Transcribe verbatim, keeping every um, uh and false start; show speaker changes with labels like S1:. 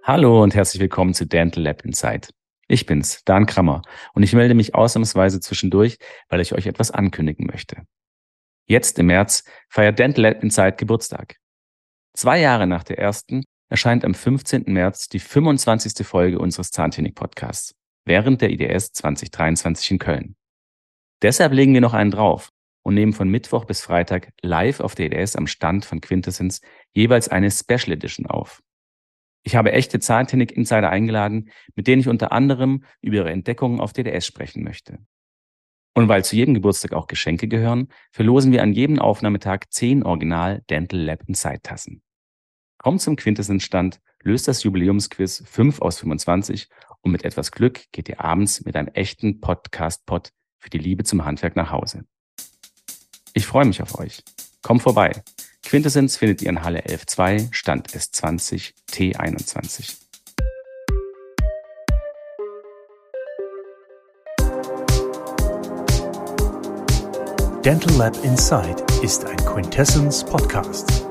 S1: Hallo und herzlich willkommen zu Dental Lab Inside. Ich bin's, Dan Krammer, und ich melde mich ausnahmsweise zwischendurch, weil ich euch etwas ankündigen möchte. Jetzt im März feiert Dental Lab Inside Geburtstag. Zwei Jahre nach der ersten erscheint am fünfzehnten März die fünfundzwanzigste Folge unseres Zahntechnik-Podcasts während der I D S zwanzig dreiundzwanzig in Köln. Deshalb legen wir noch einen drauf und nehmen von Mittwoch bis Freitag live auf der I D S am Stand von Quintessence jeweils eine Special Edition auf. Ich habe echte Zahntechnik-Insider eingeladen, mit denen ich unter anderem über ihre Entdeckungen auf D D S sprechen möchte. Und weil zu jedem Geburtstag auch Geschenke gehören, verlosen wir an jedem Aufnahmetag zehn Original Dental Lab Inside Tassen. Kommt zum Quintessence-Stand, löst das Jubiläumsquiz fünf aus fünfundzwanzig und mit etwas Glück geht ihr abends mit einem echten Podcast-Pod für die Liebe zum Handwerk nach Hause. Ich freue mich auf euch. Kommt vorbei. Quintessence findet ihr in Halle elf zwei, Stand S zwanzig T einundzwanzig.
S2: Dental Lab Inside ist ein Quintessence Podcast.